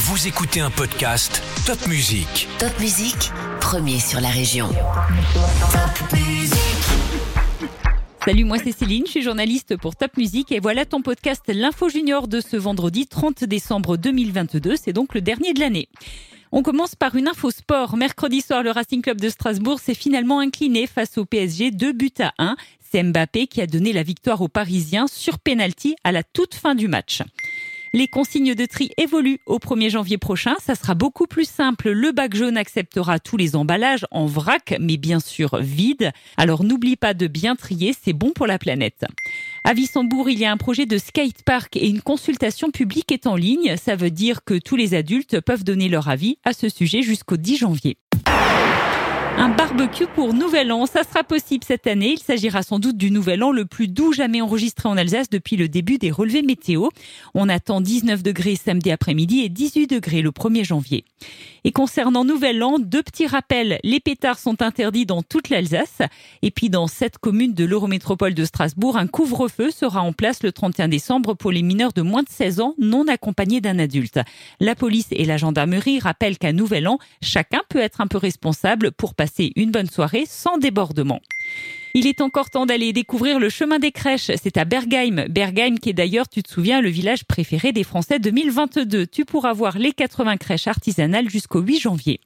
Vous écoutez un podcast Top Music. Top Music, premier sur la région. Top Music. Salut, moi c'est Céline, je suis journaliste pour Top Music et voilà ton podcast L'Info Junior de ce vendredi 30 décembre 2022, c'est donc le dernier de l'année. On commence par une info sport. Mercredi soir, le Racing Club de Strasbourg s'est finalement incliné face au PSG 2-1. C'est Mbappé qui a donné la victoire aux Parisiens sur pénalty à la toute fin du match. Les consignes de tri évoluent au 1er janvier prochain. Ça sera beaucoup plus simple. Le bac jaune acceptera tous les emballages en vrac, mais bien sûr vides. Alors n'oublie pas de bien trier, c'est bon pour la planète. À Wissembourg, il y a un projet de skatepark et une consultation publique est en ligne. Ça veut dire que tous les adultes peuvent donner leur avis à ce sujet jusqu'au 10 janvier. Un barbecue pour Nouvel An, ça sera possible cette année. Il s'agira sans doute du Nouvel An le plus doux jamais enregistré en Alsace depuis le début des relevés météo. On attend 19 degrés samedi après-midi et 18 degrés le 1er janvier. Et concernant Nouvel An, 2 petits rappels. Les pétards sont interdits dans toute l'Alsace. Et puis dans 7 communes de l'Eurométropole de Strasbourg, un couvre-feu sera en place le 31 décembre pour les mineurs de moins de 16 ans non accompagnés d'un adulte. La police et la gendarmerie rappellent qu'à Nouvel An, chacun peut être un peu responsable pour passer une bonne soirée sans débordement. Il est encore temps d'aller découvrir le chemin des crèches. C'est à Bergheim. Bergheim qui est d'ailleurs, tu te souviens, le village préféré des Français 2022. Tu pourras voir les 80 crèches artisanales jusqu'au 8 janvier.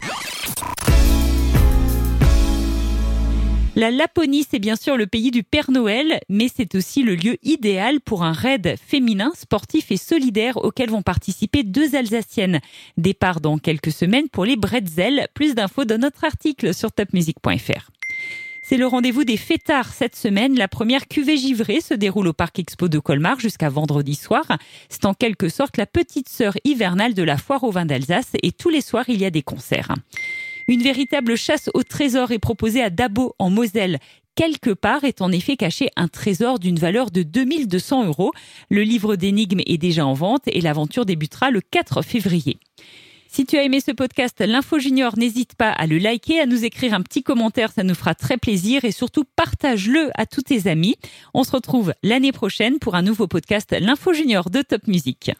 La Laponie, c'est bien sûr le pays du Père Noël, mais c'est aussi le lieu idéal pour un raid féminin, sportif et solidaire auquel vont participer 2 Alsaciennes. Départ dans quelques semaines pour les Bretzels. Plus d'infos dans notre article sur topmusic.fr. C'est le rendez-vous des fêtards cette semaine. La première cuvée givrée se déroule au Parc Expo de Colmar jusqu'à vendredi soir. C'est en quelque sorte la petite sœur hivernale de la foire au vin d'Alsace et tous les soirs il y a des concerts. Une véritable chasse au trésor est proposée à Dabo en Moselle. Quelque part est en effet caché un trésor d'une valeur de 2200 €. Le livre d'énigmes est déjà en vente et l'aventure débutera le 4 février. Si tu as aimé ce podcast, l'Info Junior, n'hésite pas à le liker, à nous écrire un petit commentaire, ça nous fera très plaisir et surtout partage-le à tous tes amis. On se retrouve l'année prochaine pour un nouveau podcast, l'Info Junior de Top Music.